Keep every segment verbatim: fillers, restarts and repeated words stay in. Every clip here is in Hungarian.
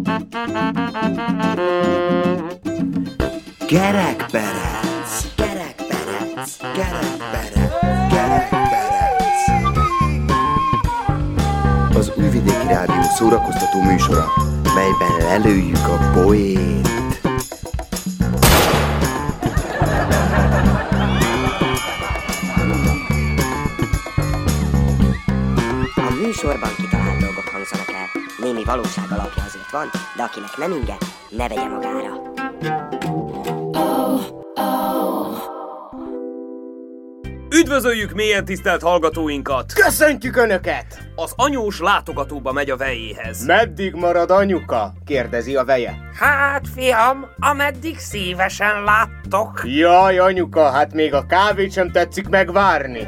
Kerekperec, kerekperec, kerekperec, kerekperec. Az Újvidéki Rádió szórakoztató műsora, melyben lelőjük a poént. A műsorban kitalált dolgok hangzanak el. Némi valóság alapja azért van, de akinek nem inge, ne vegye magára. Üdvözöljük mélyen tisztelt hallgatóinkat! Köszöntjük Önöket! Az anyós látogatóba megy a vejéhez. Meddig marad anyuka? Kérdezi a veje. Hát, fiam, ameddig szívesen láttok. Jaj, anyuka, hát még a kávét sem tetszik megvárni.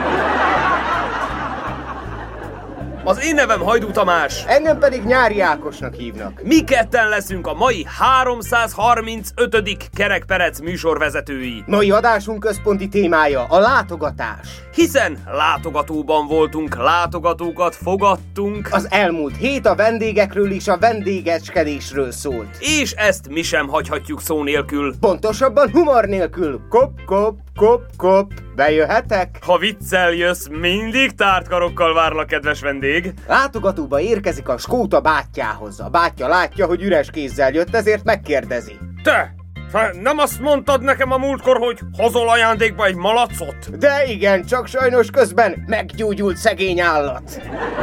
Az én nevem Hajdú Tamás. Engem pedig Nyári Ákosnak hívnak. Mi ketten leszünk a mai háromszázharmincötödik Kerekperec műsorvezetői. Mai adásunk központi témája a látogatás. Hiszen látogatóban voltunk, látogatókat fogadtunk. Az elmúlt hét a vendégekről és a vendégeskedésről szólt. És ezt mi sem hagyhatjuk szó nélkül. Pontosabban humor nélkül. Kop, kop, kop, kop. Bejöhetek? Ha viccel jössz, mindig tárt karokkal várlak, kedves vendég. Látogatóba érkezik a skóta bátyjához. A bátyja látja, hogy üres kézzel jött, ezért megkérdezi. Te, nem azt mondtad nekem a múltkor, hogy hozol ajándékba egy malacot? De igen, csak sajnos közben meggyógyult szegény állat.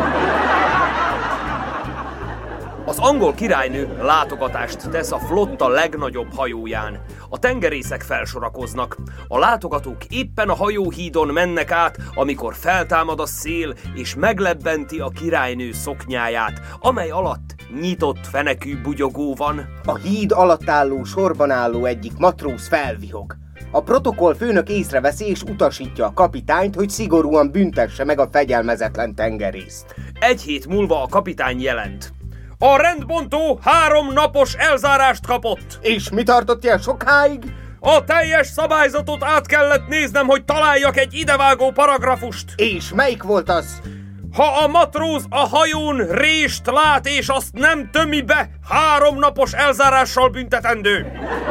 Az angol királynő látogatást tesz a flotta legnagyobb hajóján. A tengerészek felsorakoznak. A látogatók éppen a hajóhídon mennek át, amikor feltámad a szél, és meglebbenti a királynő szoknyáját, amely alatt nyitott fenekű bugyogó van. A híd alatt álló, sorban álló egyik matróz felvihog. A protokoll főnök észreveszi és utasítja a kapitányt, hogy szigorúan büntesse meg a fegyelmezetlen tengerészt. Egy hét múlva a kapitány jelent. A rendbontó három napos elzárást kapott. És mi tartott ilyen sokáig? A teljes szabályzatot át kellett néznem, hogy találjak egy idevágó paragrafust. És melyik volt az? Ha a matróz a hajón rést lát, és azt nem tömi be, három napos elzárással büntetendő.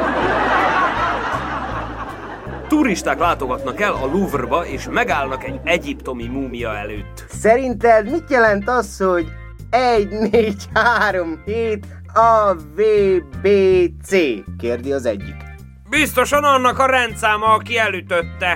Turisták látogatnak el a Louvre-ba, és megállnak egy egyiptomi múmia előtt. Szerinted mit jelent az, hogy egy, négy, három, hét, A, V, B, C? Kérdi az egyik. Biztosan annak a rendszáma, aki elütötte.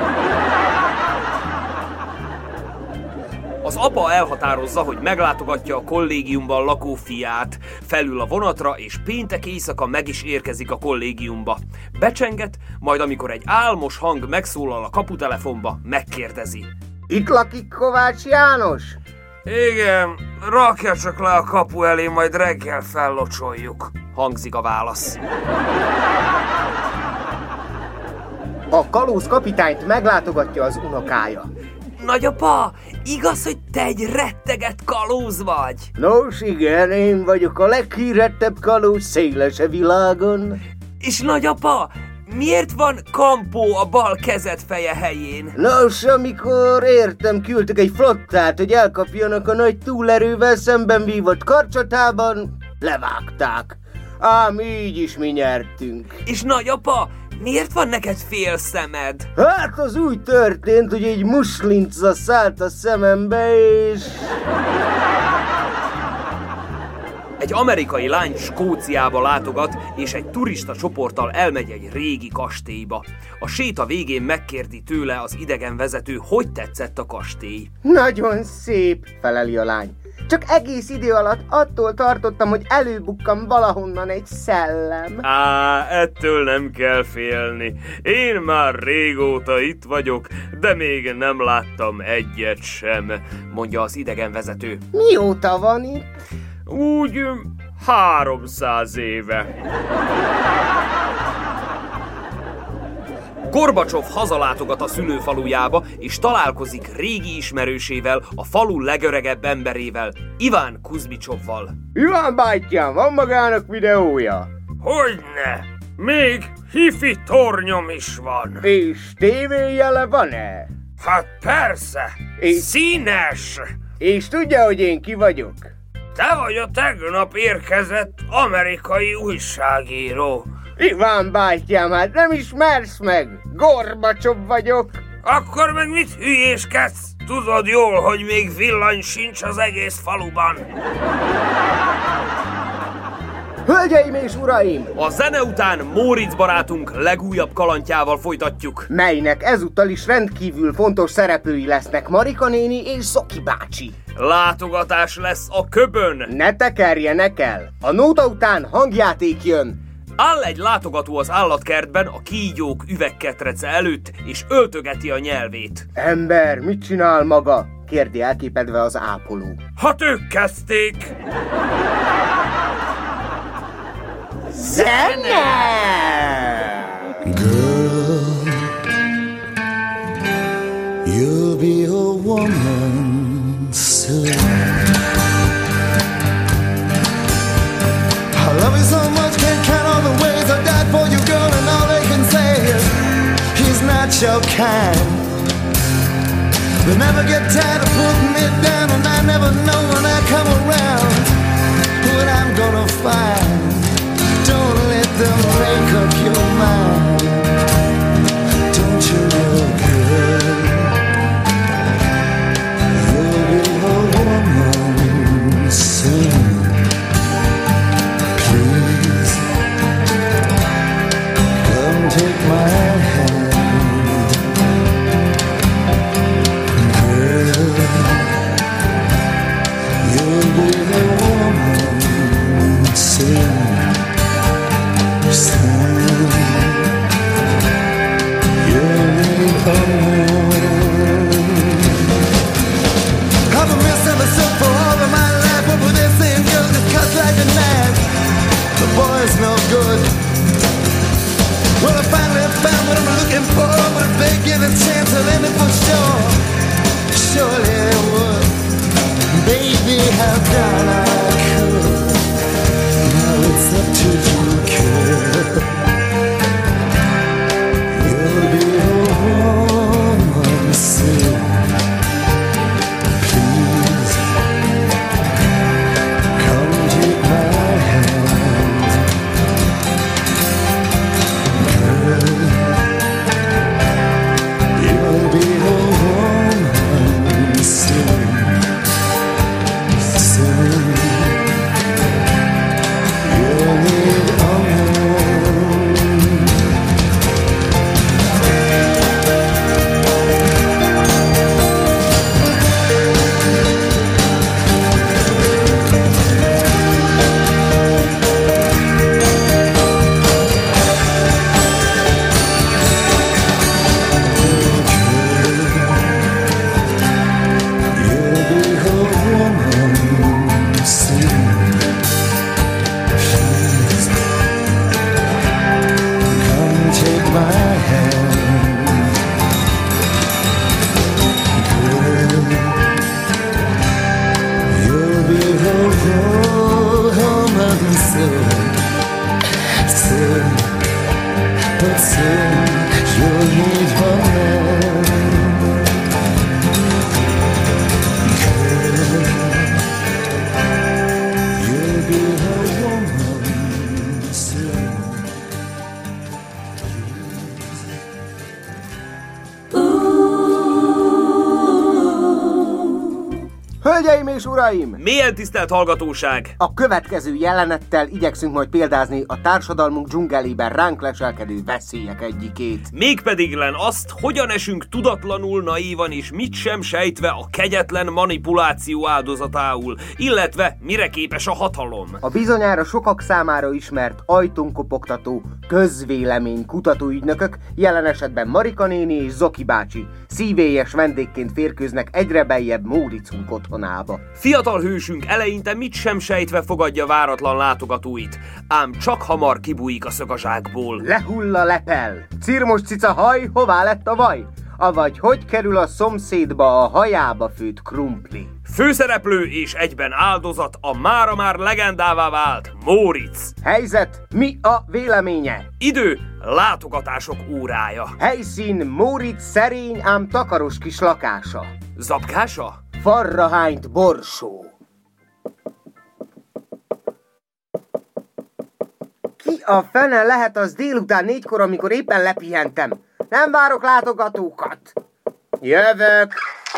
Az apa elhatározza, hogy meglátogatja a kollégiumban lakó fiát, felül a vonatra, és péntek éjszaka meg is érkezik a kollégiumba. Becsenget, majd amikor egy álmos hang megszólal a kaputelefonba, megkérdezi. Itt lakik Kovács János? Igen, rakja csak le a kapu elé, majd reggel fellocsoljuk, hangzik a válasz. A kalóz kapitányt meglátogatja az unokája. Nagyapa, igaz, hogy te egy retteget kalóz vagy? Nos igen, én vagyok a leghírettebb kalóz széles a világon. És nagyapa, miért van kampó a bal kezed feje helyén? Nos, amikor értem, küldtek egy flottát, hogy elkapjanak a nagy túlerővel szemben vívott karcsatában, levágták. Ám így is mi nyertünk. És nagyapa, miért van neked fél szemed? Hát az úgy történt, hogy egy muslinca szállt a szemembe, és... Egy amerikai lány Skóciába látogat, és egy turista csoporttal elmegy egy régi kastélyba. A séta végén megkérdi tőle az idegenvezető, hogy tetszett a kastély. Nagyon szép, feleli a lány. Csak egész idő alatt attól tartottam, hogy előbukkam valahonnan egy szellem. Á, ettől nem kell félni. Én már régóta itt vagyok, de még nem láttam egyet sem, mondja az idegenvezető. Mióta van itt? Úgy háromszáz éve. Gorbacsov hazalátogat a szülőfalujába, és találkozik régi ismerősével, a falu legöregebb emberével, Iván Kuzmicsovval. Iván bátyám, van magának videója? Hogyne, még hifi tornyom is van. És tévéjele van-e? Hát persze, és... színes. És tudja, hogy én ki vagyok? te vagy a tegnap érkezett amerikai újságíró. Iván bátyám, hát nem ismersz meg? Gorbacsov vagyok. Akkor meg mit hülyéskedsz? Tudod jól, hogy még villany sincs az egész faluban. Hölgyeim és uraim! A zene után Móricz barátunk legújabb kalandjával folytatjuk. Melynek ezúttal is rendkívül fontos szereplői lesznek Marika néni és Zoki bácsi. Látogatás lesz a Köbön. Ne tekerjenek el! A nóta után hangjáték jön. Áll egy látogató az állatkertben a kígyók üvegketrece előtt, és öltögeti a nyelvét. Ember, mit csinál maga? Kérdi elképedve az ápoló. Hát ők kezdték. Zene! Girl, you'll be a woman soon. I love you so much, can't count all the ways I died for you, girl, and all they can say is he's not your kind. They never get tired of putting it down, and I never know when I come around what I'm gonna find. Don't let them make up your mind. Don't you know, girl, you'll be a woman soon. Please, come take my hand. Girl, you'll be a woman soon. Boy's no good. Well, I finally found what I'm looking for, but if they give a chance, I'll end it for sure. Surely it would. Baby, how down I could. Now it's up to you, girl. You'll be a woman soon. Please, come take my hand. Hölgyeim és uraim! Mélyen tisztelt hallgatóság! A következő jelenettel igyekszünk majd példázni a társadalmunk dzsungelében ránk leselkedő veszélyek egyikét. Mégpediglen azt, hogyan esünk tudatlanul, naívan és mit sem sejtve a kegyetlen manipuláció áldozatául, illetve mire képes a hatalom. A bizonyára sokak számára ismert ajtónkopogtató közvélemény kutatóügynökök, jelen esetben Marika néni és Zoki bácsi szívélyes vendégként férkőznek egyre beljebb Móriczunk otthonába. Fiatal hősünk eleinte mit sem sejtve fogadja váratlan látogatóit, ám csak hamar kibújik a szögazsákból. Lehull a lepel, cirmos cica haj, hová lett a vaj? Avagy hogy kerül a szomszédba a hajába főtt krumpli? Főszereplő és egyben áldozat a mára már legendává vált Móricz. Helyzet, mi a véleménye? Idő, látogatások órája. Helyszín Móricz szerény, ám takaros kis lakása. Zapkása? Farrahányt borsó. A fene lehet az délután négykor, amikor éppen lepihentem. Nem várok látogatókat. Jövök.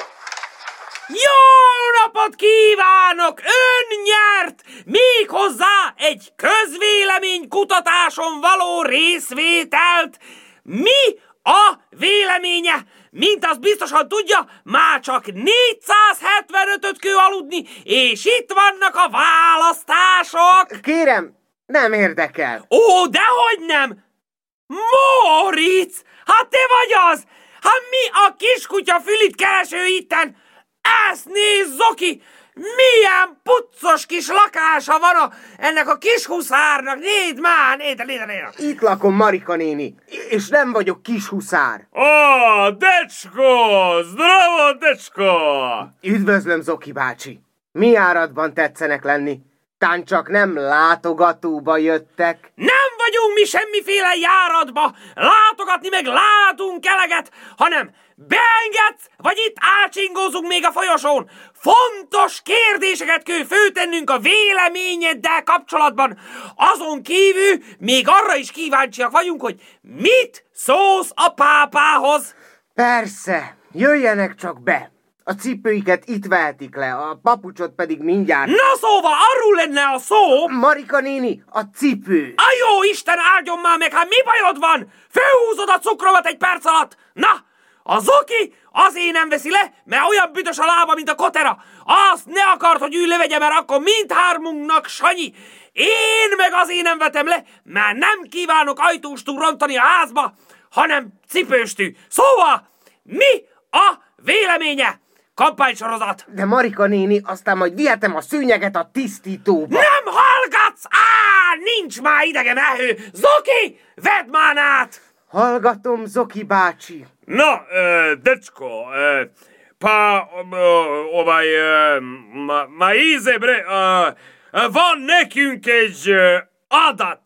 Jó napot kívánok! Ön nyert! Méghozzá egy közvéleménykutatáson való részvételt. Mi a véleménye? Mint azt biztosan tudja, már csak négyszázhetvenötöt kő aludni, és itt vannak a választások! Kérem, nem érdekel. Ó, dehogy nem! Móricz! Hát te vagy az! Hát mi a kiskutya fülit kereső itten? Ezt nézd, Zoki! Milyen puccos kis lakása van a, ennek a kis huszárnak! Nézd már, nézd, nézd, nézd! Itt lakom, Marika néni, és nem vagyok kis huszár. Ó, Decsko! Zdravo, Decsko! Üdvözlöm, Zoki bácsi. Mi áradban tetszenek lenni? Tán csak nem látogatóba jöttek. Nem vagyunk mi semmiféle járatba, látogatni meg látunk eleget, hanem beengedsz, vagy itt átsingózunk még a folyosón. Fontos kérdéseket kell föltennünk a véleményeddel kapcsolatban. Azon kívül még arra is kíváncsiak vagyunk, hogy mit szólsz a pápához. Persze, jöjjenek csak be. A cipőiket itt vehetik le, a papucsot pedig mindjárt. Na szóval arról lenne a szó... Marika néni, a cipő. A jó Isten áldjon már meg, hát mi bajod van? Fölhúzod a cukromat egy perc alatt. Na, a Zoki azért nem veszi le, mert olyan büdös a lába, mint a kotera. Azt ne akart, hogy ő levegye, mert akkor mindhármunknak sanyi. Én meg azért nem vetem le, mert nem kívánok ajtóstól rontani a házba, hanem cipőstű. Szóval, mi a véleménye? Kampánysorozat. De Marika néni, aztán majd vihetem a szőnyeget a tisztítóba. Nem hallgatsz! Á, nincs már idegen ehő! Zoki, vedd már át! Hallgatom, Zoki bácsi. Na, uh, Decsko, uh, pa, uh, ovaj, uh, ma, ma íze, bre, uh, van nekünk egy uh, adat.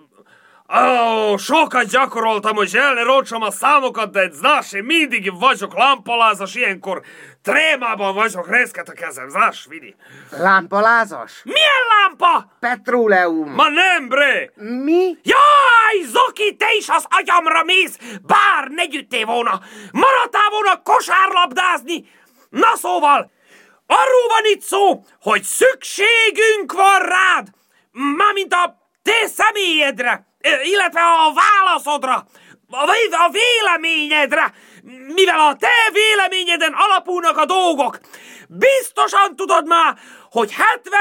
Uh, sokat gyakoroltam, hogy el ne rontsam a számokat, de znaš, én mindig vagyok lámpalázas, ilyenkor trémában vagyok, reszket a kezem, znaš, vidi. Lámpalázas? Milyen lámpa? Petróleum. Ma nem, bre! Mi? Jaj, Zoki, te is az agyamra mész, bár ne gyűjtél volna. Maradtál volna kosárlabdázni. Na szóval, arról van itt szó, hogy szükségünk van rád, mármint a te személyedre, illetve a válaszodra, a véleményedre, mivel a te véleményeden alapulnak a dolgok. Biztosan tudod már, hogy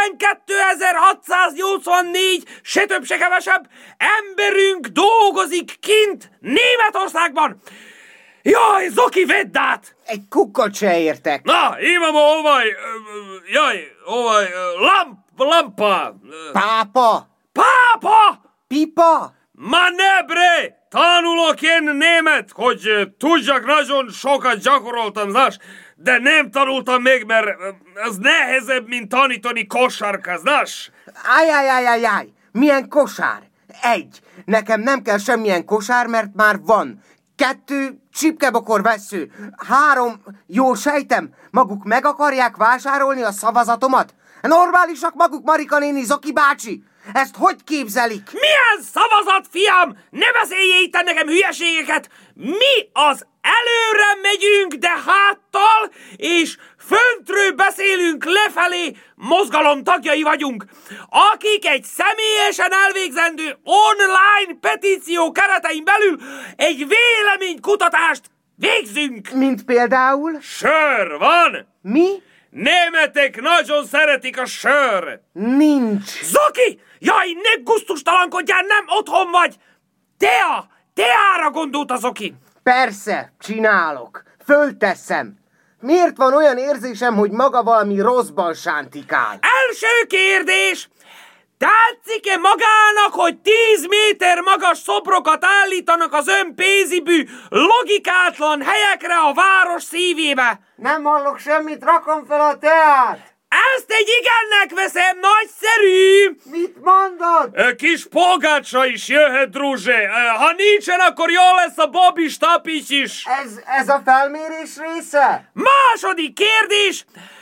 hetvenkétezer-hatszáznyolcvannégy, se több, se kevesebb emberünk dolgozik kint Németországban. Jaj, Zoki, vedd át! Egy kukkot se értek. Na, imamo ovaj, jaj, ovaj, lamp, lampa. Pápa? Pápa! Pipa? Ma ne, bre! Tanulok én német, hogy tudjak, nagyon sokat gyakoroltam, znaš, de nem tanultam meg, mert az nehezebb, mint tanítani kosárka, znaš. Ájjájjájjáj, milyen kosár? Egy, nekem nem kell semmilyen kosár, mert már van. Kettő, csipkebokor vessző. Három, jól sejtem, maguk meg akarják vásárolni a szavazatomat? Normálisak maguk, Marika néni, Zoki bácsi? Ezt hogy képzelik? Milyen szavazat, fiam? Ne beszéljél itt nekem hülyeségeket! Mi az előre megyünk, de háttal, és föntről beszélünk lefelé, mozgalom tagjai vagyunk, akik egy személyesen elvégzendő online petíció keretein belül egy véleménykutatást végzünk. Mint például? Sör van? Mi? Németek nagyon szeretik a sör. Nincs. Zoki! Jaj, ne gusztustalankodjál, nem otthon vagy! Tea! Teára gondolt a Zoki! Persze, csinálok. Fölteszem. Miért van olyan érzésem, hogy maga valami rosszban sántikál? Első kérdés! Tetszik-e magának, hogy tíz méter magas szobrokat állítanak az ön pénzibű, logikátlan helyekre a város szívébe? Nem hallok semmit, rakom fel a teát! Ezt egy igennek veszem, nagyszerű! Mit mondod? Kis pogácsa is jöhet, drúzse. Ha nincsen, akkor jól lesz a babis tapics is. Ez, ez a felmérés része? Második kérdés!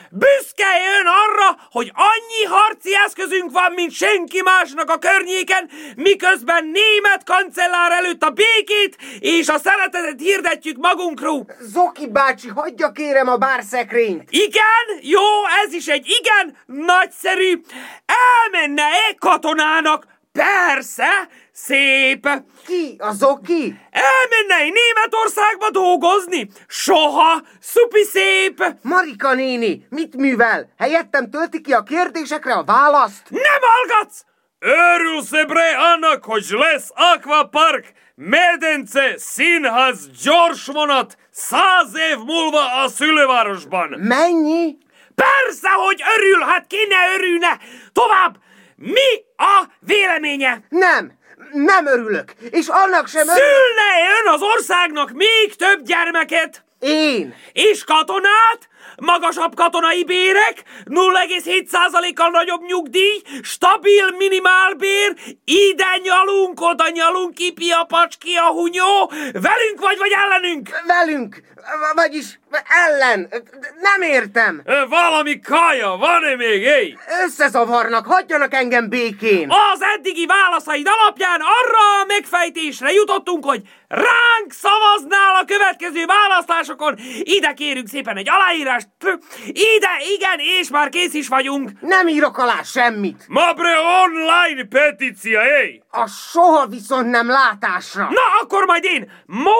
büszkelj ön arra, hogy annyi harci eszközünk van, mint senki másnak a környéken, miközben német kancellár előtt a békét és a szeretetet hirdetjük magunkról. Zoki bácsi, hagyja kérem a bárszekrényt. Igen, jó, ez is egy igen, nagyszerű. Elmenne-e katonának? Persze, szép. Ki? A Zoki? Elmenne Németországba dolgozni? Soha, szupi szép. Marika néni, mit művel? Helyettem tölti ki a kérdésekre a választ? Nem hallgatsz! Örülsz-e bre annak, hogy lesz akvapark, medence, színház, gyorsvonat száz év múlva a szülővárosban? Mennyi? Persze, hogy örül, hát ki ne örülne. Tovább, mi a véleménye? Nem, nem örülök, és annak sem örülök. Szülne ön az országnak még több gyermeket? Én? És katonát? Magasabb katonai bérek, nulla egész hét százalékkal nagyobb nyugdíj, stabil minimálbér, ide nyalunk, oda nyalunk, kipi a pacski a hunyó, velünk vagy vagy ellenünk? Velünk, vagyis ellen, nem értem. Valami kaja, van-e még, éj? Összezavarnak, hagyjanak engem békén. Az eddigi válaszaid alapján arra a megfejtésre jutottunk, hogy ránk szavaznál a következő választásokon. Ide kérünk szépen egy aláírást. Ide, igen, és már kész is vagyunk. Nem írok alá semmit. Ma bre online petícia, éj? A soha viszont nem látásra. Na, akkor majd én.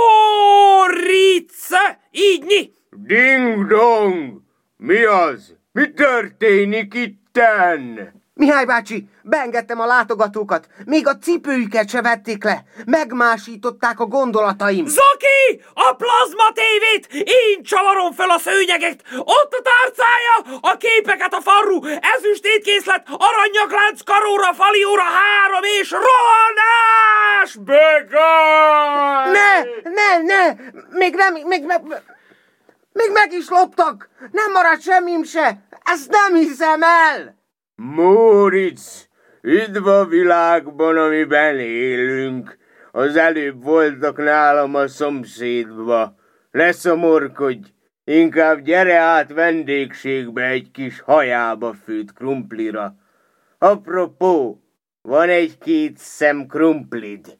Moritz, így nyi. Ding dong! Mi az? Mi történik itten? Mihály bácsi, beengedtem a látogatókat, még a cipőjüket se vették le. Megmásították a gondolataim. Zoki! A plazma tévét! Én csavarom fel a szőnyeget! Ott a tárcája! A képeket a farru! Ezüst étkészlet! Aranyaklánc, karóra, falióra, három és rohanás! Begáll! Ne, ne, ne! Még nem, még, még, még meg is loptak! Nem maradt semmim se! Ezt nem hiszem el! Móricz, üdv a világban, amiben élünk. Az előbb voltak nálam a szomszédba. Ne szomorkodj, inkább gyere át vendégségbe egy kis hajába főtt krumplira. Apropó, van egy-két szem krumplid.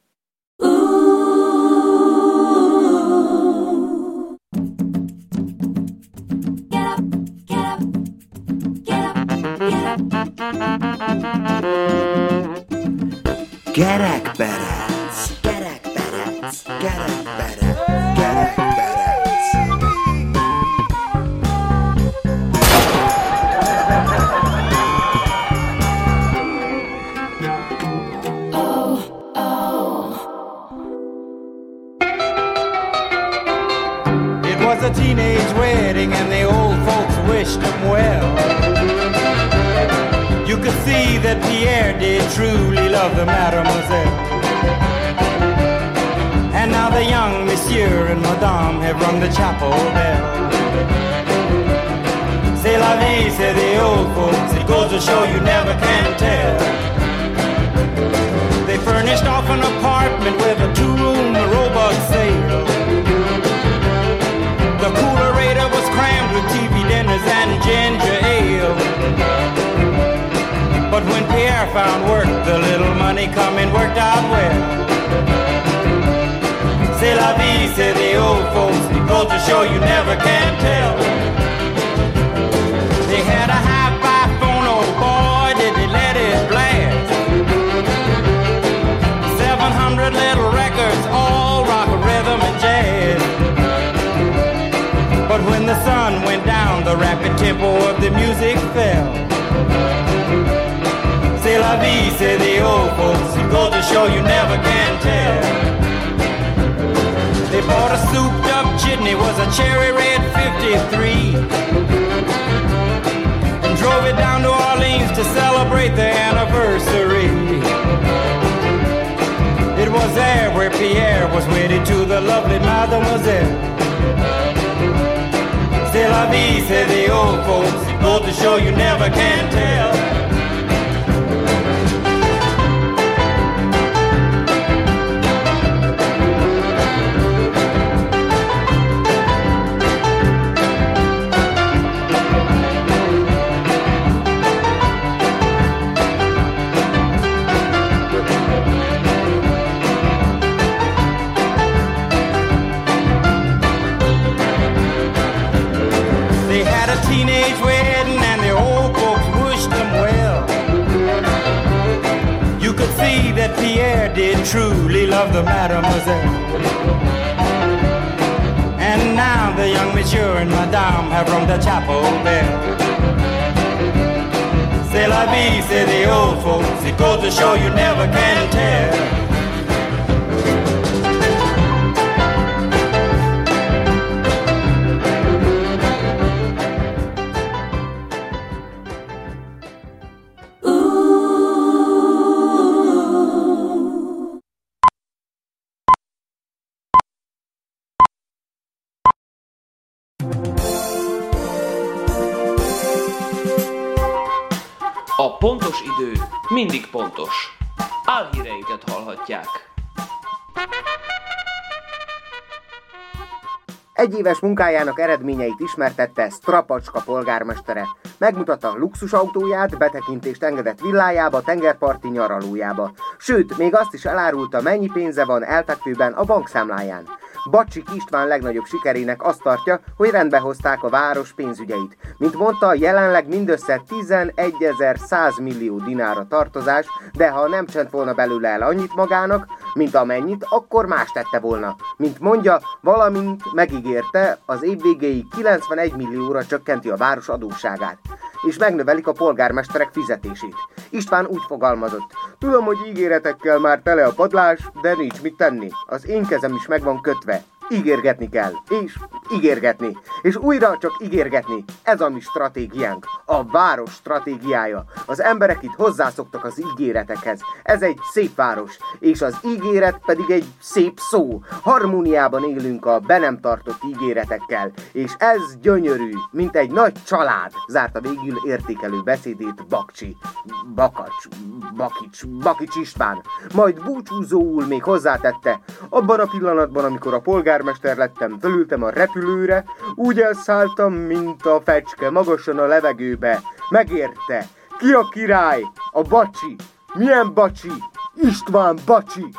Gerekperec, gerekperec, gerekperec, gerekperec. It was a teenage wedding and the old folks wished them well. You could see that Pierre did truly love the mademoiselle. And now the young monsieur and madame have rung the chapel bell. C'est la vie, say the old folks, it goes to show you never can tell. They furnished off an apartment with a two-room robot sale. The coolerator was crammed with T V dinners and ginger ale. But when Pierre found work, the little money coming worked out well. C'est la vie, say the old folks, it goes to show you never can tell. They had a hi-fi phone, oh boy, did they let it blast. Seven hundred little records, all rock, rhythm, and jazz. But when the sun went down, the rapid tempo of the music fell. C'est la vie, say the old folks, it goes to show you never can tell. They bought a souped-up jitney, was a cherry red fifty-three, and drove it down to Orleans to celebrate their anniversary. It was there where Pierre was wedded to the lovely mademoiselle. C'est la vie, say the old folks, it goes to show you never can tell. had a teenage wedding and the old folks wished them well. You could see that Pierre did truly love the mademoiselle. And now the young monsieur and madame have rung the chapel bell. C'est la vie, say the old folks, it goes to show you never can tell. A pontos idő mindig pontos. Álhíreinket hallhatják. Egy éves munkájának eredményeit ismertette Strapacska polgármestere. Megmutatta luxusautóját, betekintést engedett villájába, tengerparti nyaralójába. Sőt, még azt is elárulta, mennyi pénze van elfekvőben a bankszámláján. Bacsik István legnagyobb sikerének azt tartja, hogy rendbe hozták a város pénzügyeit. Mint mondta, jelenleg mindössze tizenegyezer-száz millió dinára tartozás, de ha nem csent volna belőle el annyit magának, mint amennyit, akkor más tette volna. Mint mondja, valamint megígérte, az év végéig kilencvenegy millióra csökkenti a város adósságát, és megnövelik a polgármesterek fizetését. István úgy fogalmazott: tudom, hogy ígéretekkel már tele a padlás, de nincs mit tenni. Az én kezem is meg van kötve. Ígérgetni kell, és ígérgetni, és újra csak ígérgetni. Ez a mi stratégiánk, a város stratégiája. Az emberek itt hozzászoktak az ígéretekhez. Ez egy szép város, és az ígéret pedig egy szép szó. Harmóniában élünk a be nem tartott ígéretekkel, és ez gyönyörű, mint egy nagy család, zárta végül értékelő beszédét Bakcsi. Bakacs, Bakics, Bakics István. Majd búcsúzóul még hozzátette: abban a pillanatban, amikor a polgár polgármester lettem, fölültem a repülőre, úgy elszálltam, mint a fecske, magasan a levegőbe. Megérte. Ki a király? A Bacsi. Milyen Bacsi? István Bacsi.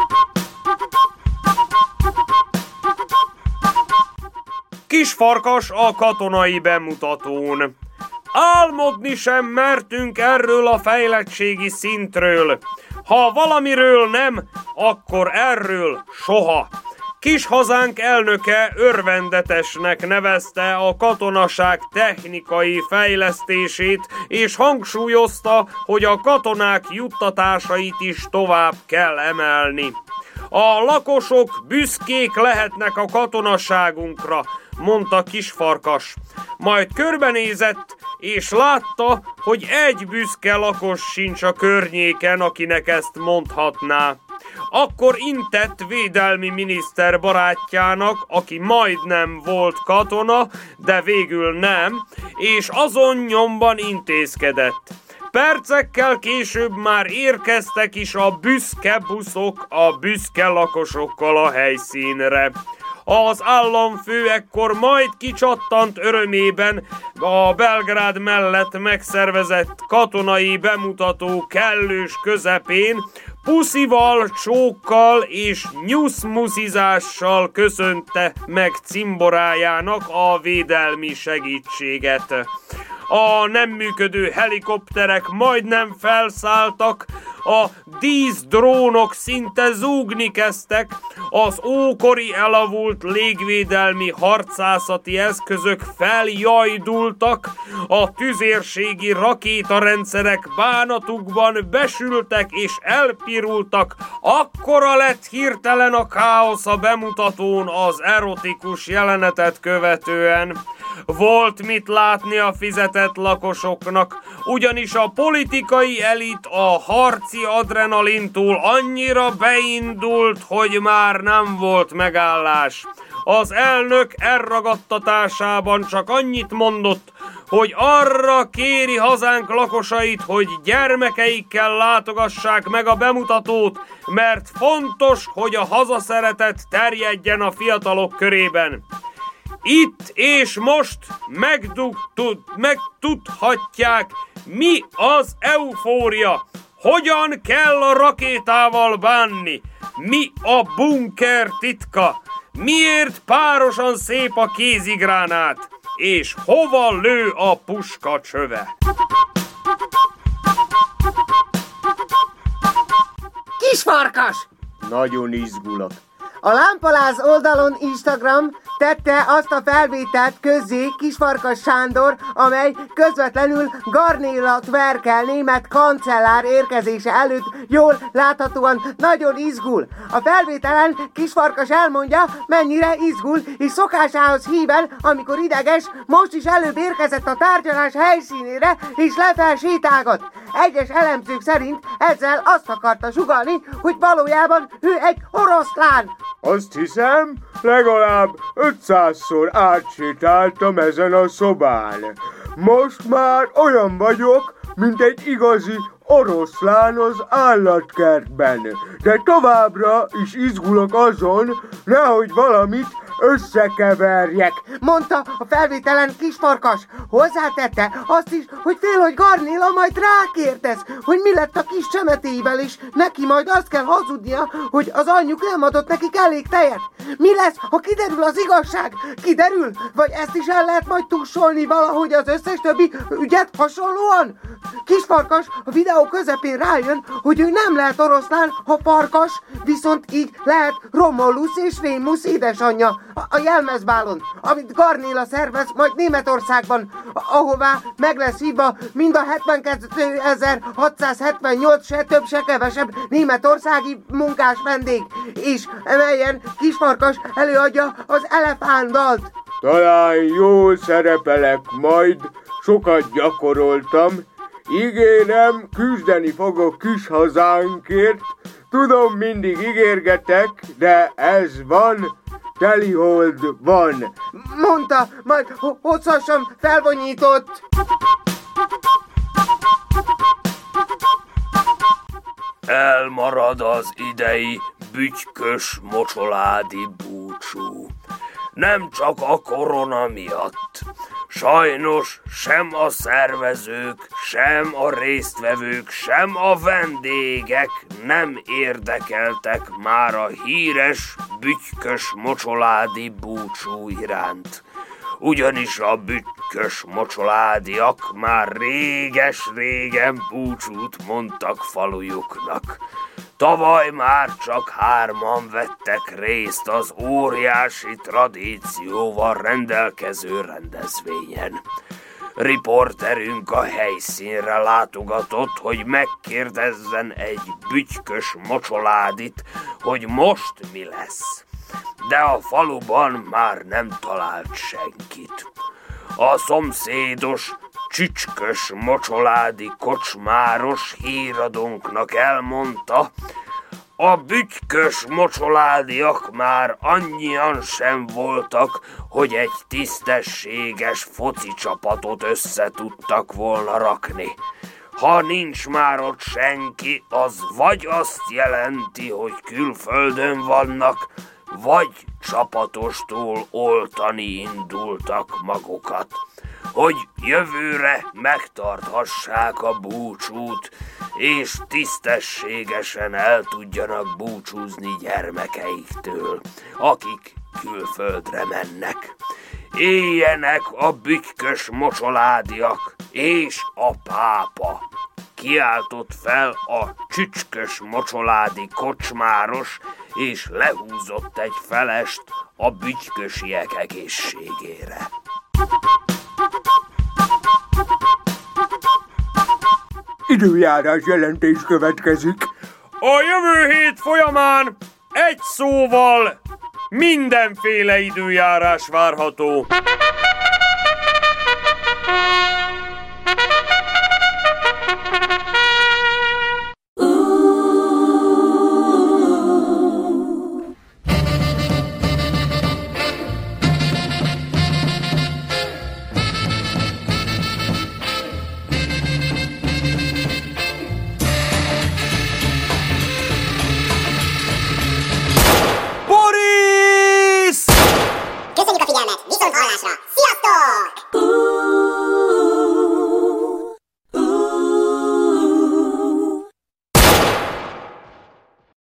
Kis farkas a katonai bemutatón. Álmodni sem mertünk erről a fejlettségi szintről. Ha valamiről nem, akkor erről soha. Kis hazánk elnöke örvendetesnek nevezte a katonaság technikai fejlesztését, és hangsúlyozta, hogy a katonák juttatásait is tovább kell emelni. A lakosok büszkék lehetnek a katonaságunkra, mondta Kisfarkas. Majd körbenézett, és látta, hogy egy büszke lakos sincs a környéken, akinek ezt mondhatná. Akkor intett védelmi miniszter barátjának, aki majdnem volt katona, de végül nem, és azon nyomban intézkedett. Percekkel később már érkeztek is a büszke buszok a büszke lakosokkal a helyszínre. Az államfő ekkor majd kicsattant örömében a Belgrád mellett megszervezett katonai bemutató kellős közepén, puszival, csókkal és nyuszmuszizással köszönte meg cimborájának a védelmi segítséget. A nem működő helikopterek majdnem felszálltak, a díszdrónok szinte zúgni kezdtek, az ókori elavult légvédelmi harcászati eszközök feljajdultak, a tüzérségi rakétarendszerek bánatukban besültek és elpirultak, akkora lett hirtelen a káosz a bemutatón az erotikus jelenetet követően. Volt mit látni a fizetett lakosoknak, ugyanis a politikai elit a harci adrenalintól annyira beindult, hogy már nem volt megállás. Az elnök elragadtatásában csak annyit mondott, hogy arra kéri hazánk lakosait, hogy gyermekeikkel látogassák meg a bemutatót, mert fontos, hogy a hazaszeretet terjedjen a fiatalok körében. Itt és most megtudhatják, mi az eufória, hogyan kell a rakétával bánni, mi a bunker titka, miért párosan szép a kézigránát, és hova lő a puska csöve? Kisfarkas! Nagyon izgulok. A Lámpaláz oldalon Instagram tette azt a felvételt közzé Kisfarkas Sándor, amely közvetlenül Garnéla Merkel német kancellár érkezése előtt jól láthatóan nagyon izgul. A felvételen Kisfarkas elmondja, mennyire izgul, és szokásához híven, amikor ideges, most is előbb érkezett a tárgyalás helyszínére, és lefelé sétálgat. Egyes elemzők szerint ezzel azt akarta sugallni, hogy valójában ő egy oroszlán. Azt hiszem, legalább ötszázszor átsétáltam ezen a szobán. Most már olyan vagyok, mint egy igazi oroszlán az állatkertben. De továbbra is izgulok azon, nehogy valamit összekeverjek, mondta a felvételen Kisfarkas. Hozzátette azt is, hogy fél, hogy Garnéla majd rákérdez, hogy mi lett a kis csemetéivel, és neki majd azt kell hazudnia, hogy az anyjuk nem adott nekik elég tejet. Mi lesz, ha kiderül az igazság? Kiderül? Vagy ezt is el lehet majd tussolni valahogy az összes többi ügyet hasonlóan? Kisfarkas a videó közepén rájön, hogy ő nem lehet oroszlán, ha farkas, viszont így lehet Romulus és Rémus édesanyja a, a jelmezbálon, amit Garnéla szervez majd Németországban, ahová meg lesz hívva mind a hetvenkettőezer-hatszázhetvennyolc se több se kevesebb németországi munkás vendég, és emelyen Kisfarkas előadja az elefántdalt. Talán jól szerepelek majd, sokat gyakoroltam. Ígérem, küzdeni fogok kis hazánkért. Tudom, mindig ígérgetek, de ez van, telihold van, mondta, majd hosszasan felvonyított. Elmarad az idei bütykös mocsoládi búcsú. Nem csak a korona miatt. Sajnos sem a szervezők, sem a résztvevők, sem a vendégek nem érdekeltek már a híres bütykös mocsoládi búcsú iránt. Ugyanis a bütykös mocsoládiak már réges-régen búcsút mondtak falujuknak. Tavaly már csak hárman vettek részt az óriási tradícióval rendelkező rendezvényen. Riporterünk a helyszínre látogatott, hogy megkérdezzen egy bütykös mocsoládit, hogy most mi lesz. De a faluban már nem talált senkit. A szomszédos csücskös mocsoládi kocsmáros híradónknak elmondta, a bütykös mocsoládiak már annyian sem voltak, hogy egy tisztességes foci csapatot össze tudtak volna rakni. Ha nincs már ott senki, az vagy azt jelenti, hogy külföldön vannak, vagy csapatostól oltani indultak magukat, hogy jövőre megtarthassák a búcsút, és tisztességesen el tudjanak búcsúzni gyermekeiktől, akik külföldre mennek. Éljenek a bütykös mocsoládiak és a pápa! Kiáltott fel a csücskös mocsoládi kocsmáros, és lehúzott egy felest a bütykösiek egészségére. Időjárás jelentés következik. A jövő hét folyamán egy szóval mindenféle időjárás várható.